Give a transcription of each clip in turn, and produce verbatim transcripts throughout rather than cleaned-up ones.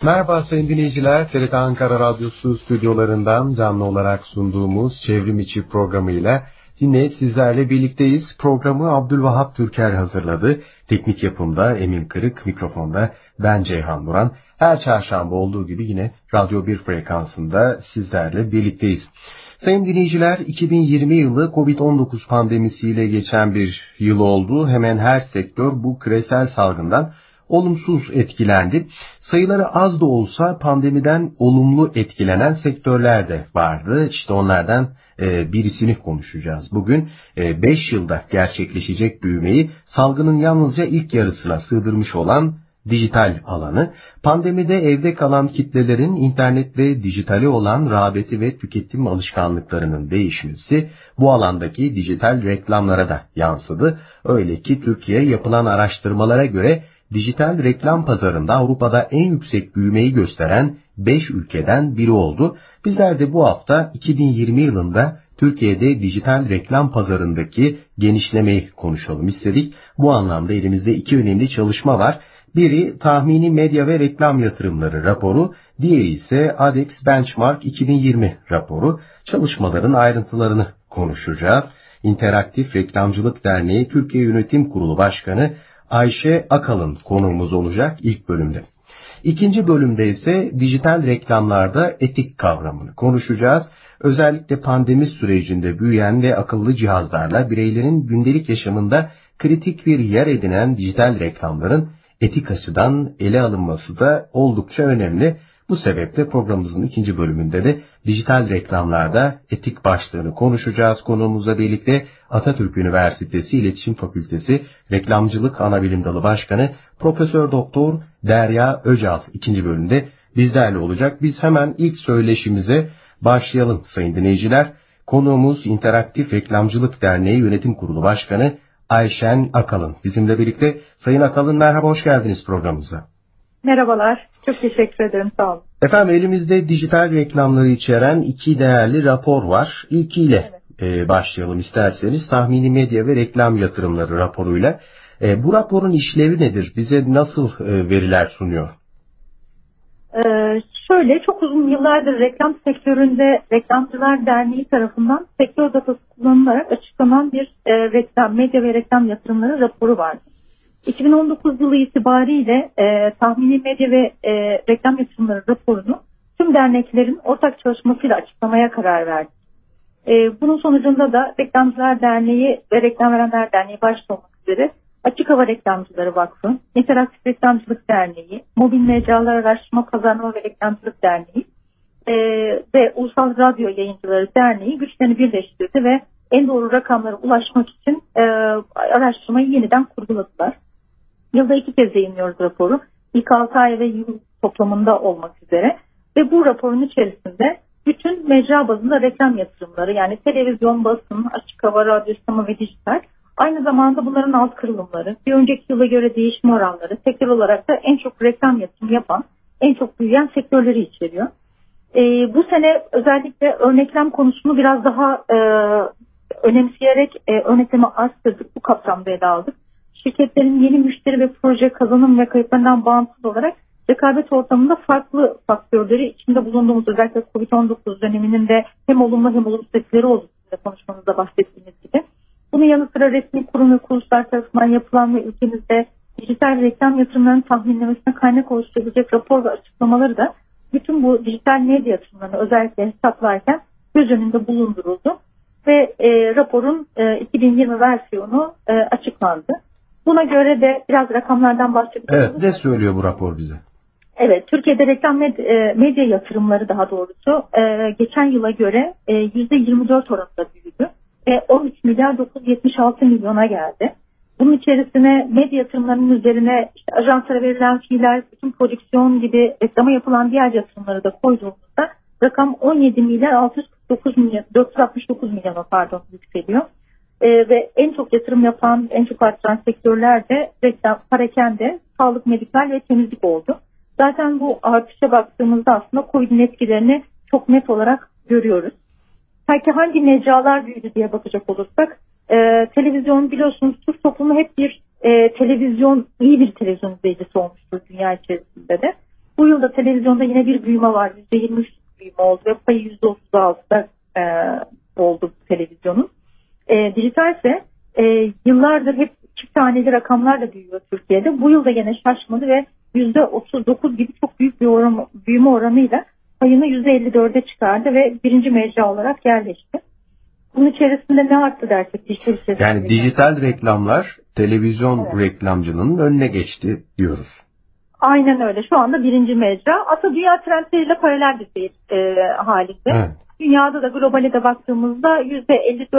Merhaba sayın dinleyiciler, T R T Ankara Radyosu stüdyolarından canlı olarak sunduğumuz Çevrim İçi programıyla yine sizlerle birlikteyiz. Programı Abdülvahap Türker hazırladı. Teknik yapımda Emin Kırık, mikrofonda ben Ceyhan Duran. Her çarşamba olduğu gibi yine Radyo bir frekansında sizlerle birlikteyiz. Sayın dinleyiciler, iki bin yirmi yılı kovid on dokuz pandemisiyle geçen bir yıl oldu. Hemen her sektör bu küresel salgından olumsuz etkilendi. Sayıları az da olsa pandemiden olumlu etkilenen sektörler de vardı. İşte onlardan e, birisini konuşacağız bugün. beş yılda gerçekleşecek büyümeyi salgının yalnızca ilk yarısına sığdırmış olan dijital alanı, pandemide evde kalan kitlelerin internet ve dijitale olan rağbeti ve tüketim alışkanlıklarının değişmesi bu alandaki dijital reklamlara da yansıdı. Öyle ki Türkiye yapılan araştırmalara göre dijital reklam pazarında Avrupa'da en yüksek büyümeyi gösteren beş ülkeden biri oldu. Bizler de bu hafta iki bin yirmi yılında Türkiye'de dijital reklam pazarındaki genişlemeyi konuşalım istedik. Bu anlamda elimizde iki önemli çalışma var. Biri tahmini medya ve reklam yatırımları raporu, diğeri ise Adex Benchmark iki bin yirmi raporu. Çalışmaların ayrıntılarını konuşacağız. İnteraktif Reklamcılık Derneği Türkiye Yönetim Kurulu Başkanı Ayşe Akalın konuğumuz olacak ilk bölümde. İkinci bölümde ise dijital reklamlarda etik kavramını konuşacağız. Özellikle pandemi sürecinde büyüyen ve akıllı cihazlarla bireylerin gündelik yaşamında kritik bir yer edinen dijital reklamların etik açıdan ele alınması da oldukça önemli. Bu sebeple programımızın ikinci bölümünde de dijital reklamlarda etik başlığını konuşacağız. Konuğumuzla birlikte Atatürk Üniversitesi İletişim Fakültesi Reklamcılık Anabilim Dalı Başkanı Profesör Doktor Derya Öcal ikinci bölümde bizlerle olacak. Biz hemen ilk söyleşimize başlayalım sayın dinleyiciler. Konuğumuz İnteraktif Reklamcılık Derneği Yönetim Kurulu Başkanı Ayşen Akalın. Bizimle birlikte. Sayın Akalın, merhaba, hoş geldiniz programımıza. Merhabalar, çok teşekkür ederim, sağ olun. Efendim, elimizde dijital reklamları içeren iki değerli rapor var. İlkiyle evet. e, başlayalım isterseniz. Tahmini medya ve reklam yatırımları raporuyla. E, bu raporun işlevi nedir? Bize nasıl e, veriler sunuyor? Ee, şöyle, çok uzun yıllardır reklam sektöründe Reklamcılar Derneği tarafından sektör datası kullanılarak açıklanan bir e, reklam, medya ve reklam yatırımları raporu vardı. iki bin on dokuz yılı itibariyle e, tahmini medya ve e, reklam yatırımları raporunu tüm derneklerin ortak çalışmasıyla açıklamaya karar verdik. E, bunun sonucunda da Reklamcılar Derneği ve Reklam Verenler Derneği başta olmak üzere Açık Hava Reklamcıları Vakfı, İnteraktif Reklamcılık Derneği, Mobil Mecralar Araştırma Pazarlama ve Reklamcılık Derneği e, ve Ulusal Radyo Yayıncıları Derneği güçlerini birleştirdi ve en doğru rakamlara ulaşmak için e, araştırmayı yeniden kurguladılar. Yılda iki kez yayınlıyoruz raporu. İlk altı ay ve yıl toplamında olmak üzere. Ve bu raporun içerisinde bütün mecra bazında reklam yatırımları, yani televizyon, basın, açık hava, radyo, sinema ve dijital, aynı zamanda bunların alt kırılımları, bir önceki yıla göre değişim oranları, sektör olarak da en çok reklam yatırımı yapan, en çok büyüyen sektörleri içeriyor. E, bu sene özellikle örneklem konusunu biraz daha e, önemseyerek e, örneklemi arttırdık, bu kapsamda ele aldık. Şirketlerin yeni müşteri ve proje kazanım ve kayıplarından bağımsız olarak rekabet ortamında farklı faktörleri içinde bulunduğumuz, özellikle kovid on dokuz döneminin de hem olumlu hem olumsuz etkileri oldu, size konuşmanızda bahsettiğiniz gibi. Bunun yanı sıra resmi kurum ve kuruluşlar tarafından yapılan ve ülkemizde dijital reklam yatırımlarının tahminlemesine kaynak oluşturabilecek rapor ve açıklamaları da bütün bu dijital medya yatırımlarını özellikle hesaplarken göz önünde bulunduruldu ve e, raporun e, iki bin yirmi versiyonu e, açıklandı. Buna göre de biraz rakamlardan bahsediyoruz. Evet, ne söylüyor bu rapor bize? Evet, Türkiye'de reklam medya, medya yatırımları daha doğrusu e, geçen yıla göre e, yüzde yirmi dört oranında büyüdü ve on üç milyar dokuz yüz yetmiş altı milyona geldi. Bunun içerisine medya yatırımlarının üzerine işte ajanslara verilen fiiller, bütün prodüksiyon gibi reklama yapılan diğer yatırımları da koyduğumuzda rakam on yedi milyar altı yüz kırk dokuz milyon, dört yüz altmış dokuz milyona pardon yükseliyor. Ee, ve en çok yatırım yapan, en çok artan sektörler de reklam, parakende, sağlık, medikal ve temizlik oldu. Zaten bu artışa baktığımızda aslında Covid'in etkilerini çok net olarak görüyoruz. Peki hangi mecralar büyüdü diye bakacak olursak, e, televizyon biliyorsunuz Türk toplumu hep bir e, televizyon, iyi bir televizyon izleyicisi olmuştur dünya içerisinde de. Bu yılda televizyonda yine bir büyüme var. yüzde yirmi üç büyüme oldu ve payı yüzde otuz altıda e, oldu televizyonun. E, dijital ise e, yıllardır hep çift taneli rakamlarla büyüyor Türkiye'de. Bu yılda yine şaşmadı ve yüzde otuz dokuz gibi çok büyük bir oran, büyüme oranıyla payını yüzde elli dörde çıkardı ve birinci mecra olarak yerleşti. Bunun içerisinde ne arttı dersek dijital içerisinde. Yani dijital reklamlar televizyon evet. reklamcılığının önüne geçti diyoruz. Aynen öyle. Şu anda birinci mecra. Aslında dünya trendleriyle paralel bir seyir e, halinde. Evet. Dünyada da globale de baktığımızda yüzde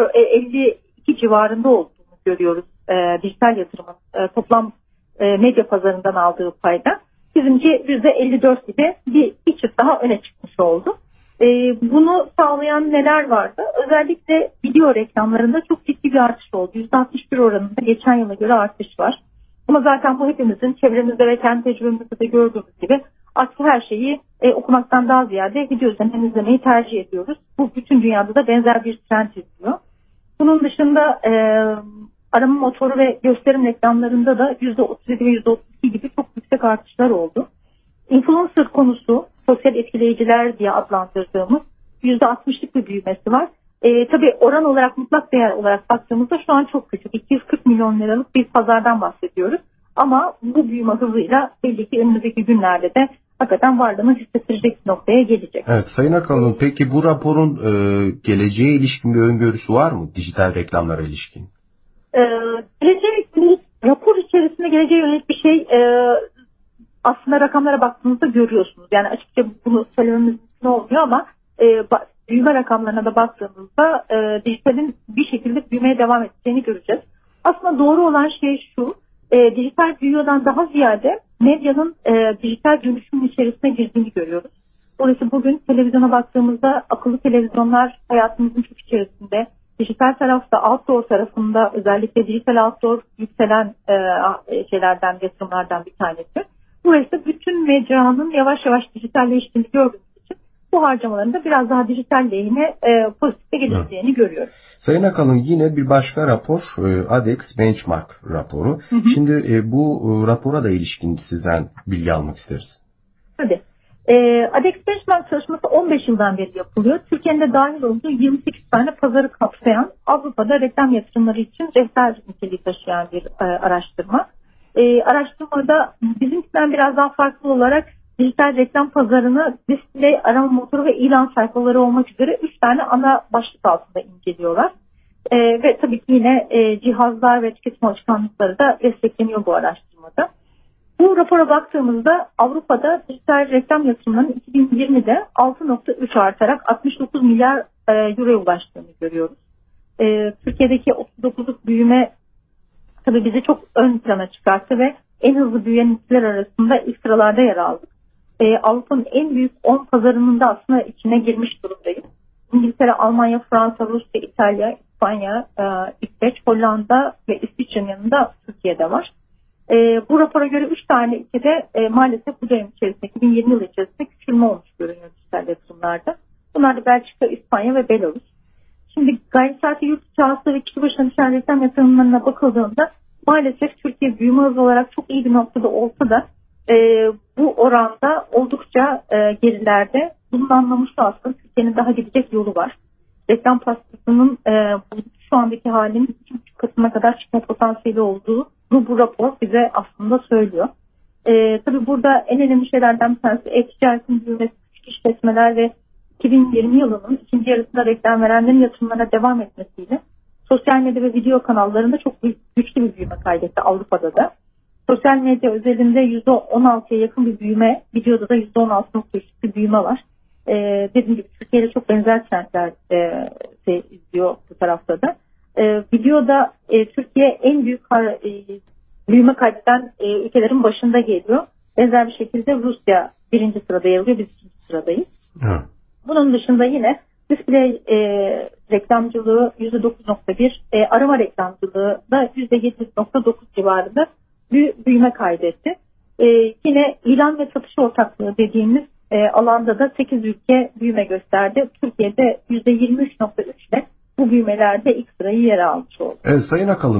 elli iki civarında olduğunu görüyoruz. E, dijital yatırımın e, toplam e, medya pazarından aldığı payda. Bizimki yüzde elli dört gibi bir, bir çıt daha öne çıkmış oldu. E, bunu sağlayan neler vardı? Özellikle video reklamlarında çok ciddi bir artış oldu. yüzde altmış bir oranında geçen yıla göre artış var. Ama zaten bu hepimizin çevremizde ve kendi tecrübemizde de gördüğümüz gibi artık her şeyi e, okumaktan daha ziyade video üzerinden izlemeyi tercih ediyoruz. Bu bütün dünyada da benzer bir trend izliyor. Bunun dışında e, arama motoru ve gösterim reklamlarında da yüzde otuz yedi ve yüzde otuz iki gibi çok yüksek artışlar oldu. Influencer konusu, sosyal etkileyiciler diye adlandırdığımız yüzde altmışlık bir büyümesi var. E, tabii oran olarak, mutlak değer olarak baktığımızda şu an çok küçük. iki yüz kırk milyon liralık bir pazardan bahsediyoruz. Ama bu büyüme hızıyla belli ki önümüzdeki günlerde de hakikaten varlığını hissettirecek noktaya gelecek. Evet, Sayın Akalın, peki bu raporun e, geleceğe ilişkin bir öngörüsü var mı? Dijital reklamlara ilişkin. E, geleceğe ilişkin rapor içerisinde geleceğe yönelik bir şey e, aslında rakamlara baktığınızda görüyorsunuz. Yani açıkça bunu söylememiz ne olmuyor ama e, büyüme rakamlarına da baktığımızda e, dijitalin bir şekilde büyümeye devam edeceğini göreceğiz. Aslında doğru olan şey şu, e, dijital büyüyordan daha ziyade medyanın e, dijital dönüşümün içerisine girdiğini görüyoruz. Dolayısıyla bugün televizyona baktığımızda akıllı televizyonlar hayatımızın çok içerisinde. Dijital tarafta, outdoor tarafında özellikle dijital outdoor yükselen e, şeylerden, yatırımlardan bir tanesi. Dolayısıyla bütün mecranın yavaş yavaş dijitalleştiğini gördüğümüz için bu harcamaların da biraz daha dijital lehine e, pozitifte geleceğini görüyoruz. Sayın Akalın, yine bir başka rapor, e, ADEX Benchmark raporu. Hı hı. Şimdi e, bu e, rapora da ilişkin sizden bilgi almak isteriz. Tabii. E, ADEX Benchmark çalışması on beş yıldan beri yapılıyor. Türkiye'nin de dahil olduğu yirmi sekiz tane pazarı kapsayan, Avrupa'da reklam yatırımları için rehber niteliği taşıyan bir e, araştırma. E, araştırmada bizimkinden biraz daha farklı olarak dijital reklam pazarını display, arama motoru ve ilan sayfaları olmak üzere üç tane ana başlık altında inceliyorlar. E, ve tabii ki yine e, cihazlar ve tüketim alışkanlıkları da destekleniyor bu araştırmada. Bu rapora baktığımızda Avrupa'da dijital reklam yatırımlarının iki bin yirmide altı virgül üç artarak altmış dokuz milyar e, euroya ulaştığını görüyoruz. E, Türkiye'deki otuz dokuzluk büyüme tabii bizi çok ön plana çıkarttı ve en hızlı büyüyen ülkeler arasında ilk sıralarda yer aldık. Ee, Avrupa'nın en büyük on pazarının da aslında içine girmiş durumdayız. İngiltere, Almanya, Fransa, Rusya, İtalya, İspanya, e, İsveç, Hollanda ve İsviçre'nin yanında Türkiye'de var. E, bu rapora göre üç tane ülkede e, maalesef bu dönem içerisinde, iki bin yirmi yılı içerisinde küçülme olmuş görünüyor dijital yatırımlarda. Bunlar da Belçika, İspanya ve Belarus. Şimdi gayri saati yurt içi hasıla ve kişi başına düşen reklam yatırımlarına bakıldığında maalesef Türkiye büyüme hızı olarak çok iyi bir noktada olsa da e, bu oranda oldukça e, gerilerde. Bunun anlamı şu, aslında Türkiye'nin daha gidecek yolu var. Reklam pastasının e, şu andaki halinin iki buçuk katına kadar çıkma potansiyeli olduğu bu rapor bize aslında söylüyor. E, tabii burada en önemli şeylerden bir tanesi e-ticaretin büyümesi, küçük işletmeler ve iki bin yirmi yılının ikinci yarısında reklam verenlerin yatırımlarına devam etmesiyle sosyal medya ve video kanallarında çok büyük, güçlü bir büyüme kaydetti Avrupa'da da. Sosyal medya özelinde yüzde on altıya yakın bir büyüme, videoda da yüzde on altı nokta üç bir büyüme var. Ee, dediğim gibi Türkiye'de çok benzer trendler e, şey, izliyor bu tarafta da. E, videoda e, Türkiye en büyük e, büyüme kaydeden e, ülkelerin başında geliyor. Benzer bir şekilde Rusya birinci sırada yer alıyor, biz ikinci sıradayız. Hı. Bunun dışında yine display e, reklamcılığı yüzde dokuz nokta bir, e, arama reklamcılığı da yüzde yedi nokta dokuz civarında bir büyüme kaydetti. E, yine ilan ve satış ortaklığı dediğimiz e, alanda da sekiz ülke büyüme gösterdi. Türkiye'de yüzde yirmi üç nokta üç ile bu büyümelerde ilk sırayı yer almış oldu. Evet, Sayın Akalın,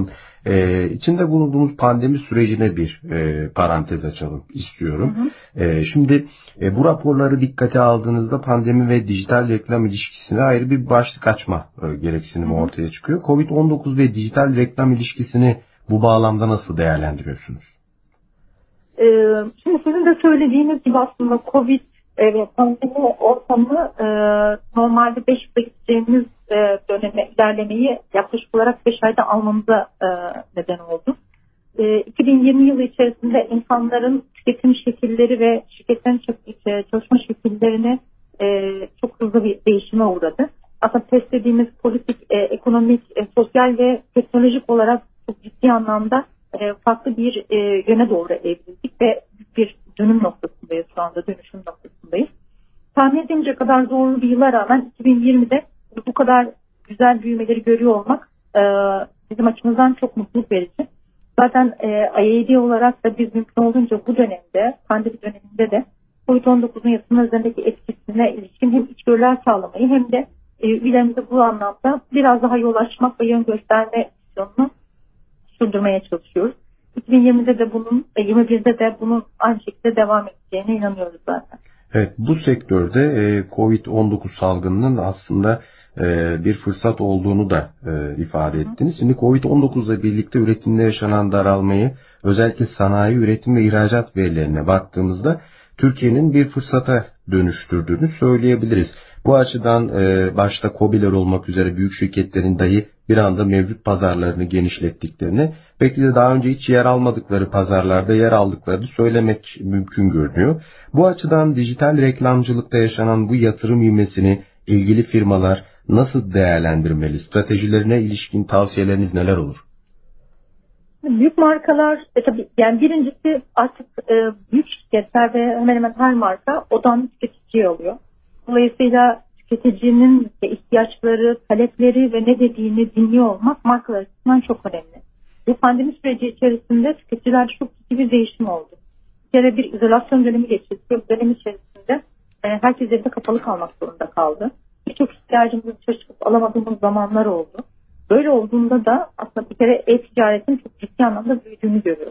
Ee, içinde bulunduğumuz pandemi sürecine bir e, parantez açalım istiyorum. Hı hı. E, şimdi e, bu raporları dikkate aldığınızda pandemi ve dijital reklam ilişkisine ayrı bir başlık açma e, gereksinimi hı hı. ortaya çıkıyor. kovid on dokuz ve dijital reklam ilişkisini bu bağlamda nasıl değerlendiriyorsunuz? Ee, şimdi sizin de söylediğiniz gibi aslında Covid ve pandemi ortamı e, normalde beş yılda gideceğimiz e, döneme ilerlemeyi yaklaşık olarak beş ayda almamıza e, neden oldu. E, iki bin yirmi yılı içerisinde insanların tüketim şekilleri ve şirketlerin çalışma şekillerini e, çok hızlı bir değişime uğradı. Aslında test dediğimiz politik, e, ekonomik, e, sosyal ve teknolojik olarak çok ciddi anlamda e, farklı bir e, yöne doğru evrildik ve bir dönüm noktasındayız şu anda, dönüşüm noktasındayız. Tahmin edince kadar zorlu bir yıla rağmen iki bin yirmide bu kadar güzel büyümeleri görüyor olmak e, bizim açımızdan çok mutluluk verici. Zaten e, I A D olarak da biz mümkün olduğunca bu dönemde, pandemi döneminde de kovid on dokuzun yatırımlar üzerindeki etkisine ilişkin hem içgörüler sağlamayı hem de e, üyelerimize bu anlamda biraz daha yol açmak ve yön gösterme misyonunu sürdürmeye çalışıyoruz. iki bin yirmide de bunun, yirmi birde de bunun aynı şekilde devam edeceğine inanıyoruz zaten. Evet, bu sektörde e, kovid on dokuz salgınının aslında e, bir fırsat olduğunu da e, ifade ettiniz. Şimdi kovid on dokuz ile birlikte üretimde yaşanan daralmayı, özellikle sanayi, üretim ve ihracat verilerine baktığımızda Türkiye'nin bir fırsata dönüştürdüğünü söyleyebiliriz. Bu açıdan e, başta KOBİ'ler olmak üzere büyük şirketlerin dahi bir anda mevcut pazarlarını genişlettiklerini, belki de daha önce hiç yer almadıkları pazarlarda yer aldıklarını söylemek mümkün görünüyor. Bu açıdan dijital reklamcılıkta yaşanan bu yatırım ivmesini ilgili firmalar nasıl değerlendirmeli? Stratejilerine ilişkin tavsiyeleriniz neler olur? Büyük markalar, e, tabii yani birincisi artık e, büyük şirketler ve hemen hemen her marka odan tüketiciye oluyor. Dolayısıyla tüketicinin ihtiyaçları, talepleri ve ne dediğini dinliyor olmak markalar açısından çok önemli. Bu pandemi süreci içerisinde tüketicilerde çok ciddi bir değişim oldu. Bir kere bir izolasyon dönemi geçirdik. Bu dönem içerisinde e, herkes evde kapalı kalmak zorunda kaldı. Birçok ihtiyacımızı dışarı çıkıp alamadığımız zamanlar oldu. Böyle olduğunda da aslında bir kere e-ticaretin çok ciddi anlamda büyüdüğünü görüyoruz.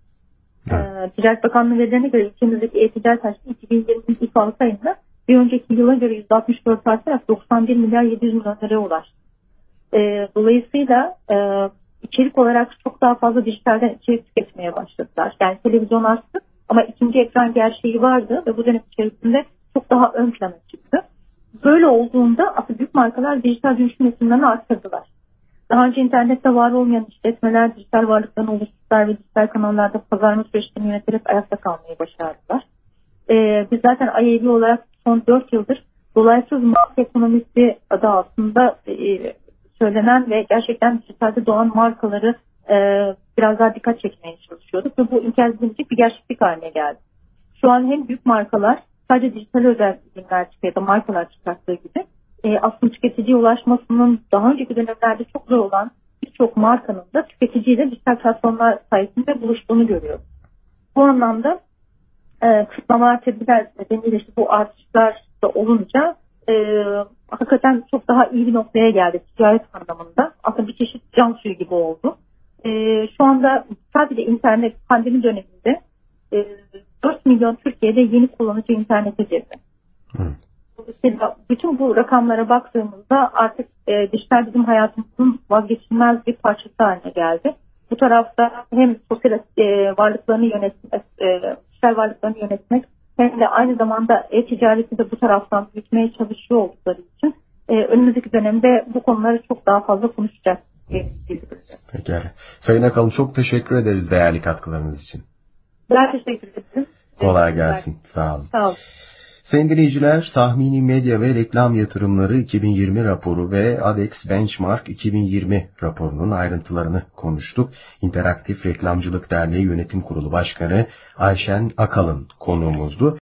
Ee, Ticaret Bakanlığı verilerine göre ülkemizdeki e-ticaret hacmi iki bin yirminin ilk altı ayında bir önceki yıla göre yüzde altmış dört artarak doksan bir milyar yedi yüz milyon liraya ulaştı. Ee, dolayısıyla e, içerik olarak çok daha fazla dijitalden içerik tüketmeye başladılar. Yani televizyon arttı ama ikinci ekran gerçeği vardı ve bu dönem içerisinde çok daha ön plana çıktı. Böyle olduğunda aslında büyük markalar dijital dönüşüm eğitimlerini arttırdılar. Daha önce internette var olmayan işletmeler dijital varlıklarını oluşturdular ve dijital kanallarda pazarlama süreçlerini yöneterek ayakta kalmayı başardılar. Ee, biz zaten I A D olarak son dört yıldır dolaysız marka ekonomisi adı altında e, söylenen ve gerçekten dijitalde doğan markaları e, biraz daha dikkat çekmeye çalışıyorduk ve bu inkar edilecek bir gerçeklik haline geldi. Şu an hem büyük markalar sadece dijital özel ürünler çıkıyor ya da markalar çıkarttığı gibi e, aslında tüketiciye ulaşmasının daha önceki dönemlerde çok zor olan birçok markanın da tüketiciyle dijital platformlar sayesinde buluştuğunu görüyoruz. Bu anlamda e, kısıtlamalar, tedbirler nedeniyle işte bu artışlar da olunca e, hakikaten çok daha iyi bir noktaya geldi ticaret anlamında. Aslında bir çeşit can suyu gibi oldu. E, şu anda sadece internet pandemi döneminde e, dört milyon Türkiye'de yeni kullanıcı internete girdi. Hmm. Dolayısıyla bütün bu rakamlara baktığımızda artık e, dijital bizim hayatımızın vazgeçilmez bir parçası haline geldi. Bu tarafta hem sosyal e, varlıklarını yönetmek, e, dijital varlıklarını yönetmek hem de aynı zamanda e-ticareti de bu taraftan büyütmeye çalışıyor oldukları için e, önümüzdeki dönemde bu konuları çok daha fazla konuşacağız. Pekala. Sayın Akalın, çok teşekkür ederiz değerli katkılarınız için. Ben teşekkür ederim. Kolay gelsin. Sağ olun. Sağ olun. Sayın dinleyiciler, tahmini medya ve reklam yatırımları iki bin yirmi raporu ve Adex Benchmark iki bin yirmi raporunun ayrıntılarını konuştuk. İnteraktif Reklamcılık Derneği Yönetim Kurulu Başkanı Ayşen Akalın konuğumuzdu.